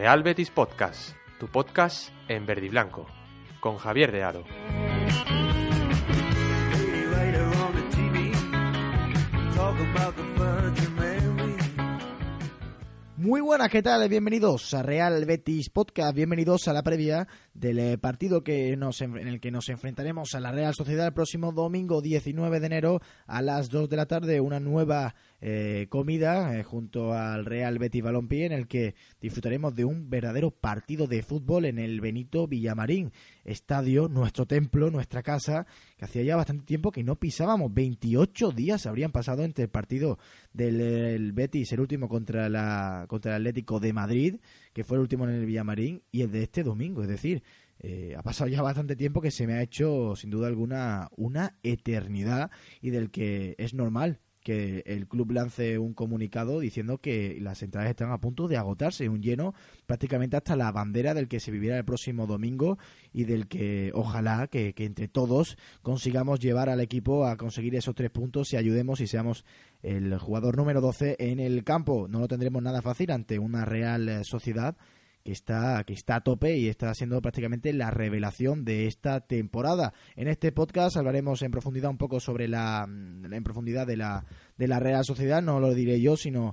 Real Betis Podcast, tu podcast en verde y blanco, con Javier de Aro. Muy buenas, ¿qué tal? Bienvenidos a Real Betis Podcast, bienvenidos a la previa del partido en el que nos enfrentaremos a la Real Sociedad el próximo domingo 19 de enero a las 2 de la tarde, una nueva comida junto al Real Betis Balompié en el que disfrutaremos de un verdadero partido de fútbol en el Benito Villamarín, estadio, nuestro templo, nuestra casa, que hacía ya bastante tiempo que no pisábamos. 28 días habrían pasado entre el partido del Betis, el último contra el Atlético de Madrid, que fue el último en el Villamarín, y el de este domingo. Es decir, ha pasado ya bastante tiempo que se me ha hecho, sin duda alguna, una eternidad, y del que es normal que el club lance un comunicado diciendo que las entradas están a punto de agotarse, un lleno prácticamente hasta la bandera del que se vivirá el próximo domingo, y del que ojalá que entre todos consigamos llevar al equipo a conseguir esos 3 puntos y ayudemos y seamos el jugador número 12 en el campo. No lo tendremos nada fácil ante una Real Sociedad que está a tope y está siendo prácticamente la revelación de esta temporada. En este podcast hablaremos en profundidad un poco sobre en profundidad de la Real Sociedad. No lo diré yo, sino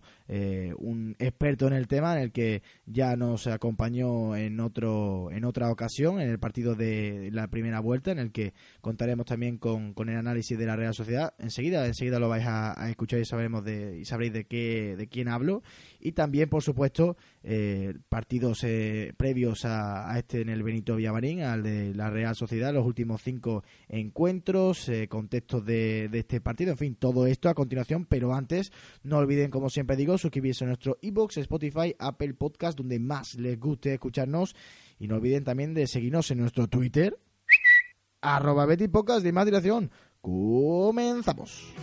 un experto en el tema, en el que ya nos acompañó en otra ocasión, en el partido de la primera vuelta, en el que contaremos también con el análisis de la Real Sociedad. Enseguida lo vais a escuchar y sabréis de quién hablo. Y también, por supuesto, partidos previos a este en el Benito Villamarín, al de la Real Sociedad, los últimos 5 encuentros, contextos de este partido, en fin, todo esto a continuación. Pero antes, no olviden, como siempre digo, suscribirse a nuestro iVoox, Spotify, Apple Podcast, donde más les guste escucharnos, y no olviden también de seguirnos en nuestro Twitter, @BetisPodcast. De más dilación, comenzamos.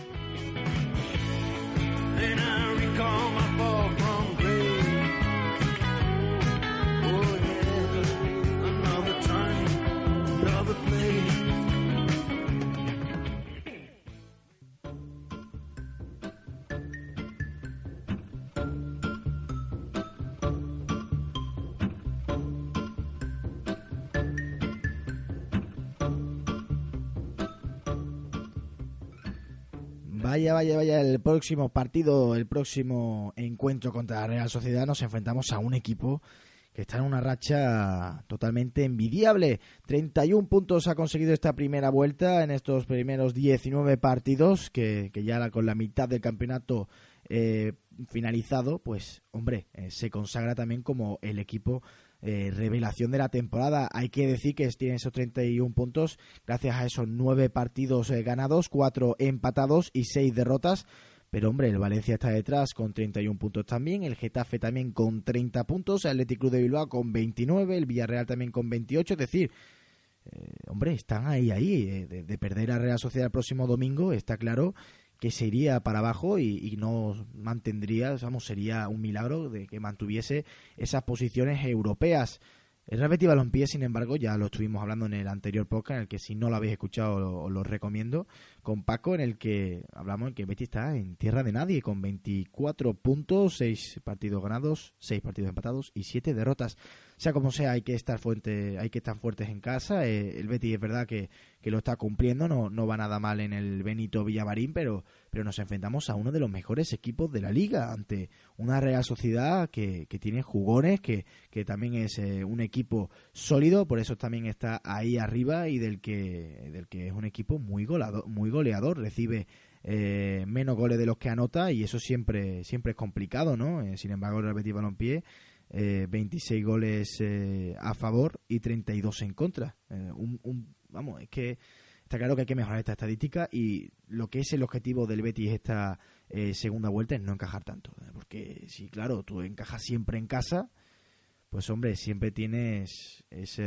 Vaya, el próximo partido, el próximo encuentro contra la Real Sociedad, nos enfrentamos a un equipo que está en una racha totalmente envidiable. 31 puntos ha conseguido esta primera vuelta en estos primeros 19 partidos, que ya con la mitad del campeonato finalizado, pues hombre, se consagra también como el equipo revelación de la temporada. Hay que decir que tiene esos 31 puntos gracias a esos 9 partidos ganados, 4 empatados y 6 derrotas. Pero hombre, el Valencia está detrás con 31 puntos también, el Getafe también con 30 puntos, el Athletic Club de Bilbao con 29, el Villarreal también con 28, es decir, hombre, están ahí, de perder a Real Sociedad el próximo domingo, está claro que se iría para abajo y no mantendría, sería un milagro de que mantuviese esas posiciones europeas. El Real Betis Balompié, sin embargo, ya lo estuvimos hablando en el anterior podcast, en el que si no lo habéis escuchado os lo recomiendo, con Paco, en el que hablamos en que Betis está en tierra de nadie, con 24 puntos, 6 partidos ganados, 6 partidos empatados y 7 derrotas. Sea como sea, hay que estar fuertes en casa. El Betis es verdad que lo está cumpliendo, no va nada mal en el Benito Villamarín, pero nos enfrentamos a uno de los mejores equipos de la liga, ante una Real Sociedad que tiene jugones, que también es un equipo sólido, por eso también está ahí arriba, y del que es un equipo muy goleador, recibe menos goles de los que anota, y eso siempre es complicado, ¿no? Sin embargo, el Real Betis Balompié, 26 goles a favor y 32 en contra. Es que está claro que hay que mejorar esta estadística, y lo que es el objetivo del Betis esta segunda vuelta es no encajar tanto, porque si, claro, tú encajas siempre en casa, pues hombre, siempre tienes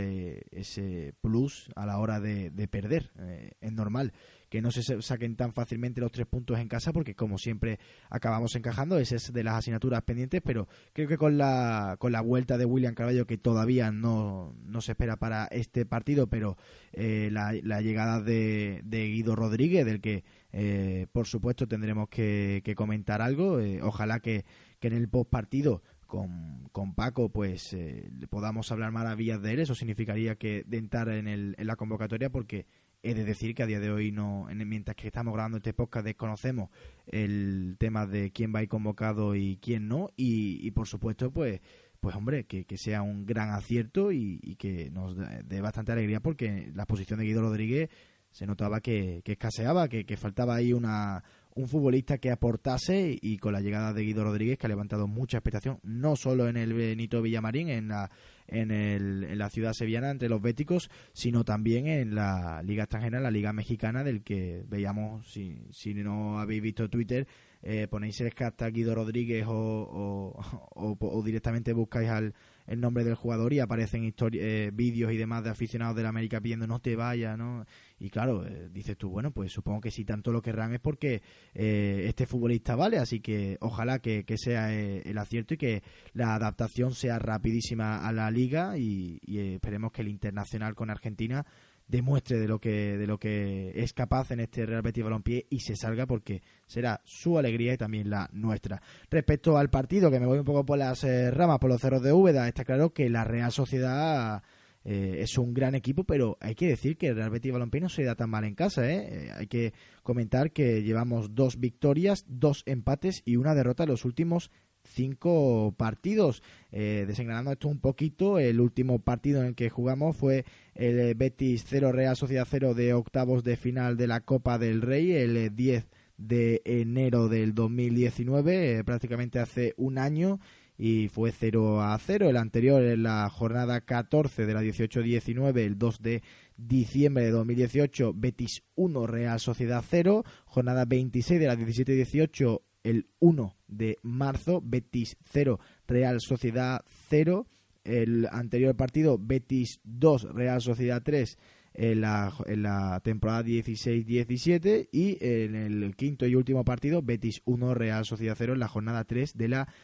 ese plus a la hora de perder. Es normal que no se saquen tan fácilmente los 3 puntos en casa, porque como siempre acabamos encajando. Esa es de las asignaturas pendientes, pero creo que con la vuelta de William Carvalho, que todavía no se espera para este partido, pero la llegada de Guido Rodríguez, del que por supuesto tendremos que comentar algo, ojalá que en el postpartido con Paco pues podamos hablar maravillas de él. Eso significaría que de entrar en la convocatoria, porque he de decir que a día de hoy mientras que estamos grabando este podcast, desconocemos el tema de quién va a ir convocado y quién no, y por supuesto pues hombre, que sea un gran acierto y que nos dé bastante alegría, porque la posición de Guido Rodríguez se notaba que escaseaba, que faltaba ahí un futbolista que aportase, y con la llegada de Guido Rodríguez, que ha levantado mucha expectación, no solo en el Benito Villamarín, en la ciudad sevillana, entre los béticos, sino también en la Liga Extranjera, en la Liga Mexicana, del que veíamos, si no habéis visto Twitter, ponéis el hashtag Guido Rodríguez o directamente buscáis el nombre del jugador y aparecen vídeos y demás de aficionados del América pidiendo no te vayas, ¿no? Y claro, dices tú, bueno, pues supongo que si tanto lo querrán es porque este futbolista vale, así que ojalá que sea el acierto y que la adaptación sea rapidísima a la liga, y esperemos que el Internacional con Argentina demuestre de lo que es capaz en este Real Betis Balompié y se salga, porque será su alegría y también la nuestra. Respecto al partido, que me voy un poco por las ramas, por los cerros de Úbeda, está claro que la Real Sociedad es un gran equipo, pero hay que decir que el Real Betis Balompié no se da tan mal en casa, hay que comentar que llevamos 2 victorias, 2 empates y 1 derrota en los últimos 5 partidos. Desengranando esto un poquito, el último partido en el que jugamos fue el Betis 0 Real Sociedad 0 de octavos de final de la Copa del Rey, el 10 de enero del 2019, prácticamente hace un año, y fue 0-0. El anterior, en la jornada 14 de la 18-19, el 2 de diciembre de 2018, Betis 1 Real Sociedad 0. Jornada 26 de la 17-18, el 1 de marzo, Betis 0 Real Sociedad 0. El anterior partido, Betis 2 Real Sociedad 3, en la temporada 16-17, y en el quinto y último partido, Betis 1 Real Sociedad 0, en la jornada 3 de la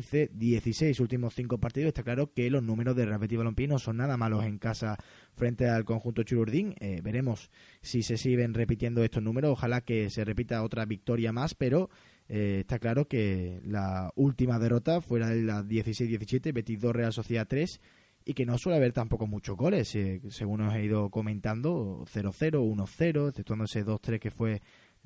15-16. Últimos 5 partidos. Está claro que los números de Real Betis Balompié no son nada malos en casa frente al conjunto chururdín. Veremos si se siguen repitiendo estos números. Ojalá que se repita otra victoria más, pero está claro que la última derrota fue la de la 16-17, Betis 2 Real Sociedad 3, y que no suele haber tampoco muchos goles, según os he ido comentando, 0-0, 1-0, exceptuando ese 2-3 que fue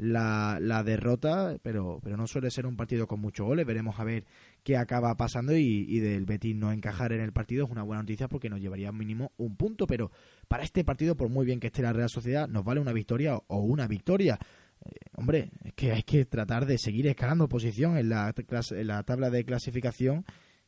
la derrota, pero no suele ser un partido con muchos goles. Veremos a ver qué acaba pasando, y del Betis no encajar en el partido es una buena noticia, porque nos llevaría mínimo un punto, pero para este partido, por muy bien que esté la Real Sociedad, nos vale una victoria o una victoria. Hombre, es que hay que tratar de seguir escalando posición en la tabla de clasificación,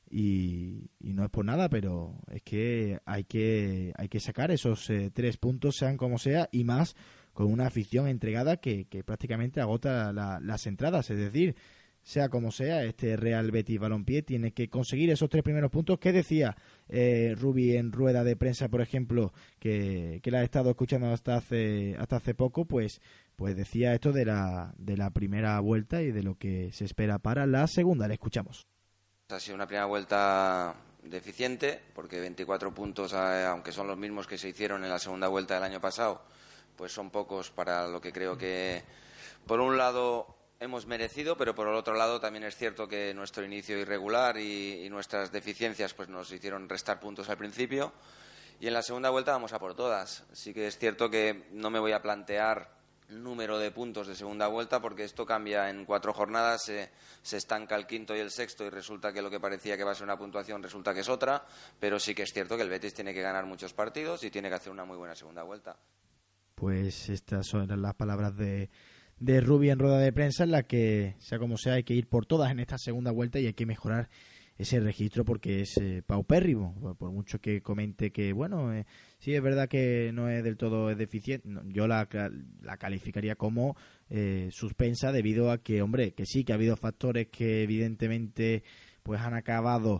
y no es por nada, pero es que hay que sacar esos 3 puntos, sean como sea, y más con una afición entregada que prácticamente agota las entradas. Es decir, sea como sea, este Real Betis Balompié tiene que conseguir esos 3 primeros puntos. ¿Qué decía Rubi en rueda de prensa, por ejemplo, que la he estado escuchando hasta hace poco? Pues decía esto de la primera vuelta y de lo que se espera para la segunda. Le escuchamos. Ha sido una primera vuelta deficiente, porque 24 puntos, aunque son los mismos que se hicieron en la segunda vuelta del año pasado, pues son pocos para lo que creo que, por un lado, hemos merecido, pero por el otro lado también es cierto que nuestro inicio irregular y nuestras deficiencias pues nos hicieron restar puntos al principio, y en la segunda vuelta vamos a por todas. Sí que es cierto que no me voy a plantear número de puntos de segunda vuelta, porque esto cambia en 4 jornadas, se estanca el quinto y el sexto, y resulta que lo que parecía que va a ser una puntuación resulta que es otra, pero sí que es cierto que el Betis tiene que ganar muchos partidos y tiene que hacer una muy buena segunda vuelta. Pues estas son las palabras de Rubi en rueda de prensa, en la que, sea como sea, hay que ir por todas en esta segunda vuelta y hay que mejorar ese registro, porque es paupérrimo. Por mucho que comente que, bueno, sí es verdad que no es del todo deficiente, yo la calificaría como suspensa, debido a que, hombre, que sí, que ha habido factores que evidentemente pues han acabado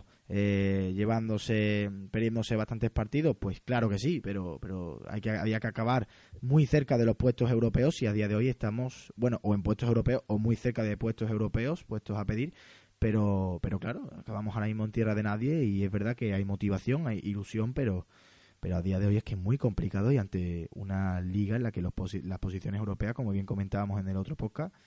perdiéndose bastantes partidos. Pues claro que sí, pero había que acabar muy cerca de los puestos europeos, y a día de hoy estamos, bueno, o en puestos europeos o muy cerca de puestos europeos, puestos a pedir, pero claro, acabamos ahora mismo en tierra de nadie, y es verdad que hay motivación, hay ilusión, pero a día de hoy es que es muy complicado, y ante una liga en la que las posiciones europeas, como bien comentábamos en el otro podcast,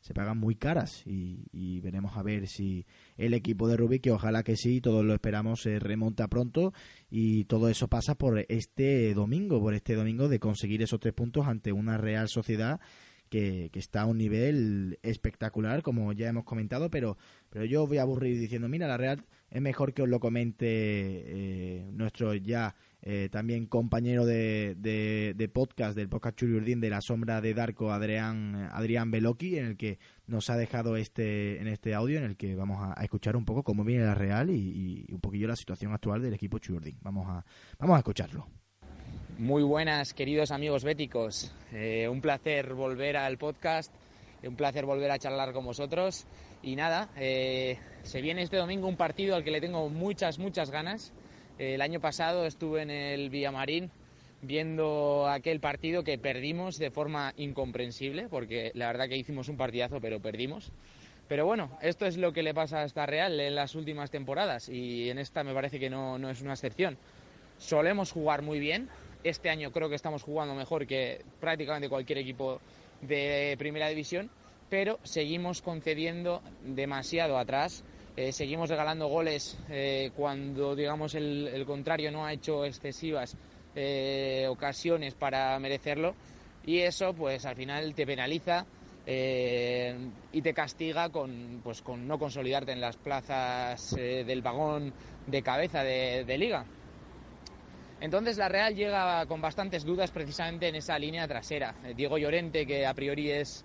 pagan muy caras y veremos a ver si el equipo de Rubí, que ojalá que sí, todos lo esperamos, se remonta pronto y todo eso pasa por este domingo de conseguir esos 3 puntos ante una Real Sociedad que está a un nivel espectacular, como ya hemos comentado, pero yo os voy a aburrir diciendo, mira, la Real es mejor que os lo comente nuestro ya también compañero de podcast, del podcast Churi Urdín, de La Sombra de Darko, Adrián Beloki, en el que nos ha dejado en este audio, en el que vamos a escuchar un poco cómo viene la Real y un poquillo la situación actual del equipo Churi Urdín. Vamos a escucharlo. Muy buenas, queridos amigos béticos. Un placer volver al podcast, un placer volver a charlar con vosotros. Y nada, se viene este domingo un partido al que le tengo muchas ganas. El año pasado estuve en el Villamarín viendo aquel partido que perdimos de forma incomprensible, porque la verdad que hicimos un partidazo, pero perdimos. Pero bueno, esto es lo que le pasa a esta Real en las últimas temporadas y en esta me parece que no es una excepción. Solemos jugar muy bien. Este año creo que estamos jugando mejor que prácticamente cualquier equipo de primera división, pero seguimos concediendo demasiado atrás, seguimos regalando goles cuando digamos el contrario no ha hecho excesivas ocasiones para merecerlo, y eso pues al final te penaliza y te castiga con no consolidarte en las plazas del vagón de cabeza de liga. Entonces la Real llega con bastantes dudas precisamente en esa línea trasera. Diego Llorente, que a priori es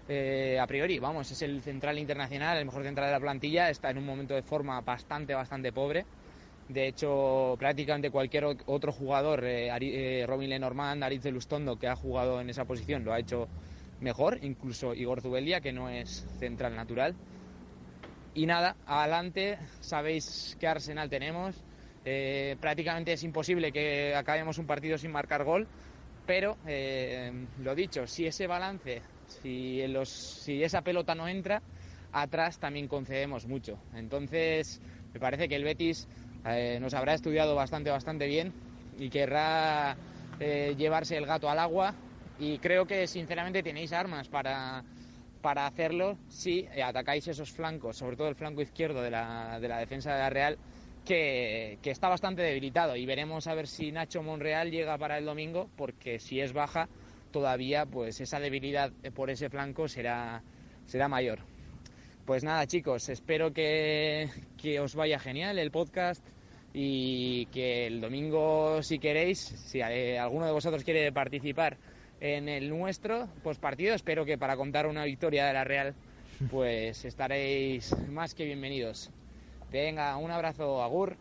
el central internacional, el mejor central de la plantilla, está en un momento de forma bastante pobre. De hecho, prácticamente cualquier otro jugador, Robin Lenormand, Aritz de Lustondo, que ha jugado en esa posición, lo ha hecho mejor, incluso Igor Zubeldia, que no es central natural. Y nada, adelante, sabéis qué arsenal tenemos. Prácticamente es imposible que acabemos un partido sin marcar gol, pero lo dicho, si ese balance, si esa pelota no entra, atrás también concedemos mucho. Entonces me parece que el Betis nos habrá estudiado bastante bien y querrá llevarse el gato al agua, y creo que sinceramente tenéis armas para hacerlo si atacáis esos flancos, sobre todo el flanco izquierdo de la defensa de la Real, que está bastante debilitado, y veremos a ver si Nacho Monreal llega para el domingo, porque si es baja todavía pues esa debilidad por ese flanco será mayor. Pues nada, chicos, espero que os vaya genial el podcast y que el domingo, si queréis, si alguno de vosotros quiere participar en el nuestro postpartido, espero que para contar una victoria de la Real pues estaréis más que bienvenidos. Venga, un abrazo, agur.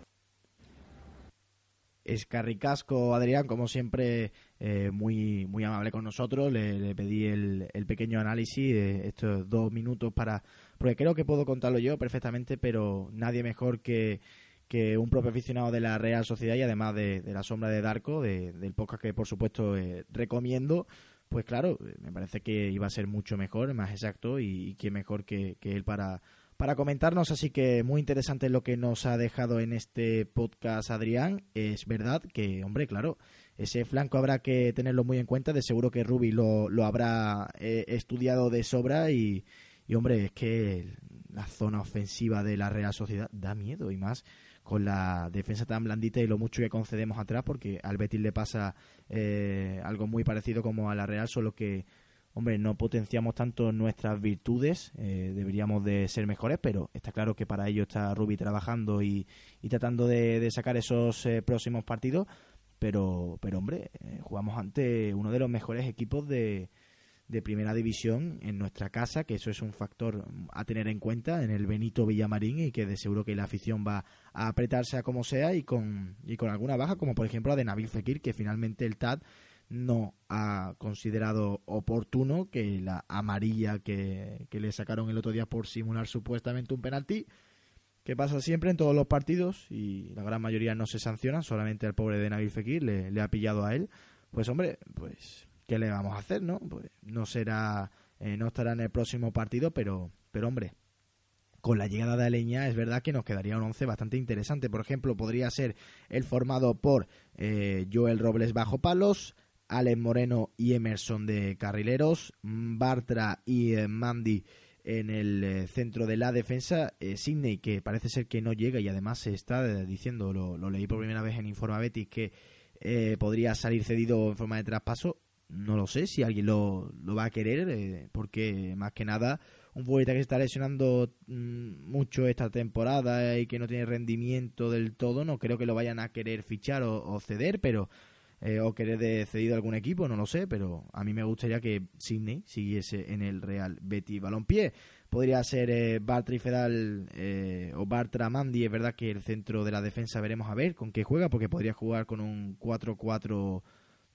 Escarricasco, Adrián, como siempre, muy amable con nosotros. Le pedí el pequeño análisis de estos 2 minutos porque creo que puedo contarlo yo perfectamente, pero nadie mejor que un propio aficionado de la Real Sociedad, y además de La Sombra de Darko, del podcast que por supuesto recomiendo. Pues claro, me parece que iba a ser mucho mejor, más exacto, y quién mejor que él para comentarnos. Así que muy interesante lo que nos ha dejado en este podcast Adrián. Es verdad que, hombre, claro, ese flanco habrá que tenerlo muy en cuenta. De seguro que Rubi lo habrá estudiado de sobra y hombre, es que la zona ofensiva de la Real Sociedad da miedo, y más con la defensa tan blandita y lo mucho que concedemos atrás, porque al Betis le pasa algo muy parecido como a la Real, solo que, hombre, no potenciamos tanto nuestras virtudes, deberíamos de ser mejores, pero está claro que para ello está Rubi trabajando y tratando de sacar esos próximos partidos, pero hombre, jugamos ante uno de los mejores equipos de primera división en nuestra casa, que eso es un factor a tener en cuenta en el Benito Villamarín, y que de seguro que la afición va a apretarse a como sea, y con alguna baja, como por ejemplo la de Nabil Fekir, que finalmente el TAD no ha considerado oportuno que la amarilla que le sacaron el otro día por simular supuestamente un penalti, que pasa siempre en todos los partidos y la gran mayoría no se sancionan, solamente al pobre de Nabil Fekir le ha pillado a él. Pues hombre, pues ¿qué le vamos a hacer, no? Pues no estará en el próximo partido, pero hombre, con la llegada de Aleñá es verdad que nos quedaría un 11 bastante interesante. Por ejemplo, podría ser el formado por Joel Robles bajo palos, Alex Moreno y Emerson de carrileros, Bartra y Mandy en el centro de la defensa, Sidney, que parece ser que no llega y además se está diciendo, lo leí por primera vez en Informa Betis, que podría salir cedido en forma de traspaso. No lo sé si alguien lo va a querer, porque más que nada un futbolista que se está lesionando mucho esta temporada y que no tiene rendimiento del todo, no creo que lo vayan a querer fichar o ceder, pero o querer de cedido a algún equipo, no lo sé, pero a mí me gustaría que Sidney siguiese en el Real Betis Balompié. Podría ser Bartra y Fedal o Bartra Mandy. Es verdad que el centro de la defensa veremos a ver con qué juega, porque podría jugar con un 4-4-2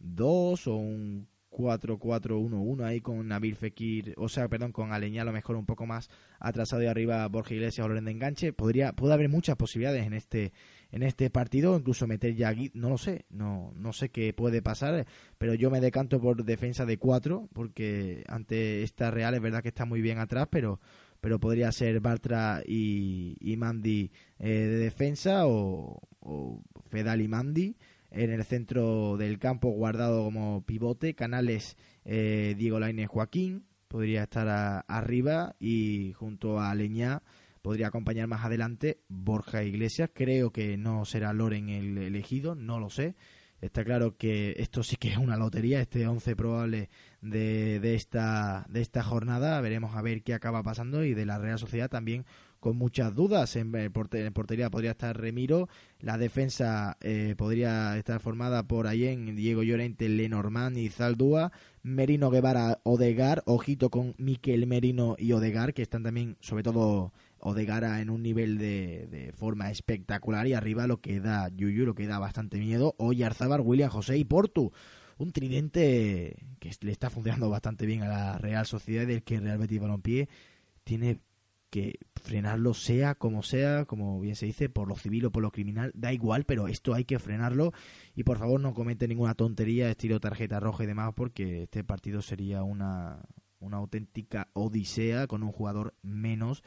o un 4-4-1-1 ahí con Nabil Fekir, con Aleñá a lo mejor un poco más atrasado y arriba Borja Iglesias o Loren de enganche. Puede haber muchas posibilidades en este partido, incluso meter ya aquí, no lo sé, no sé qué puede pasar, pero yo me decanto por defensa de 4, porque ante esta Real es verdad que está muy bien atrás, pero podría ser Bartra y Mandy de defensa o Fedal y Mandy. En el centro del campo, Guardado como pivote, Canales, Diego Lainez, Joaquín, podría estar arriba, y junto a Aleñá podría acompañar más adelante Borja Iglesias. Creo que no será Loren el elegido, no lo sé. Está claro que esto sí que es una lotería, este 11 probable de esta jornada. Veremos a ver qué acaba pasando, y de la Real Sociedad también con muchas dudas. En portería podría estar Remiro, la defensa podría estar formada por Allen, Diego Llorente, Lenormand y Zaldúa, Merino, Guevara, Odegaard. Ojito con Mikel Merino y Odegaard, que están también, sobre todo Odegaard, en un nivel de forma espectacular, y arriba lo que da Yuyu, lo que da bastante miedo, Oyarzábal, William José y Portu. Un tridente que le está funcionando bastante bien a la Real Sociedad, del que Real Betis Balompié tiene que frenarlo sea, como bien se dice, por lo civil o por lo criminal, da igual, pero esto hay que frenarlo, y por favor no comete ninguna tontería estilo tarjeta roja y demás, porque este partido sería una auténtica odisea con un jugador menos.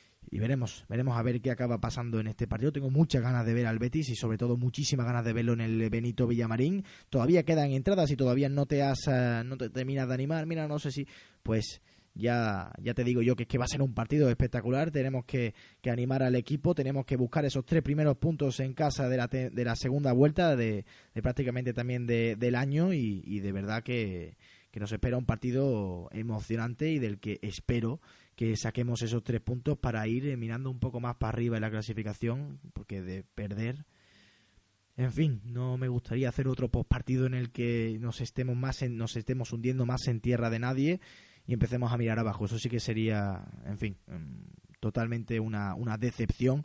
Y veremos a ver qué acaba pasando en este partido. Tengo muchas ganas de ver al Betis, y sobre todo muchísimas ganas de verlo en el Benito Villamarín. Todavía quedan entradas y todavía no te terminas de animar. Mira, no sé si, pues ya te digo yo que es que va a ser un partido espectacular. Tenemos que animar al equipo, tenemos que buscar esos 3 primeros puntos en casa de la segunda vuelta de prácticamente también del año, y de verdad que nos espera un partido emocionante, y del que espero que saquemos esos 3 puntos para ir mirando un poco más para arriba en la clasificación, porque de perder, en fin, no me gustaría hacer otro postpartido en el que nos estemos hundiendo más en tierra de nadie y empecemos a mirar abajo. Eso sí que sería, en fin, totalmente una decepción,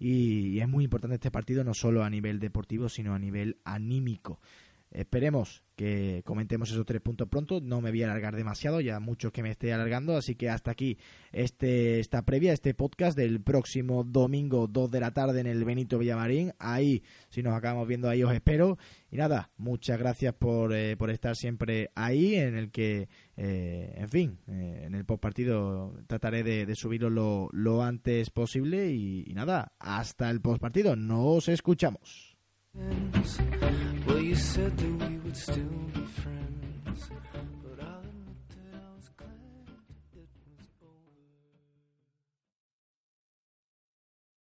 y es muy importante este partido, no solo a nivel deportivo, sino a nivel anímico. Esperemos que comentemos esos 3 puntos pronto. No me voy a alargar demasiado, ya mucho que me esté alargando, así que hasta aquí esta previa, este podcast del próximo domingo 2 de la tarde en el Benito Villamarín. Ahí, si nos acabamos viendo, ahí os espero. Y nada, muchas gracias por estar siempre ahí, en el que en el postpartido trataré de subirlo lo antes posible, y nada, hasta el postpartido, nos escuchamos. Well, you said that we would still be friends.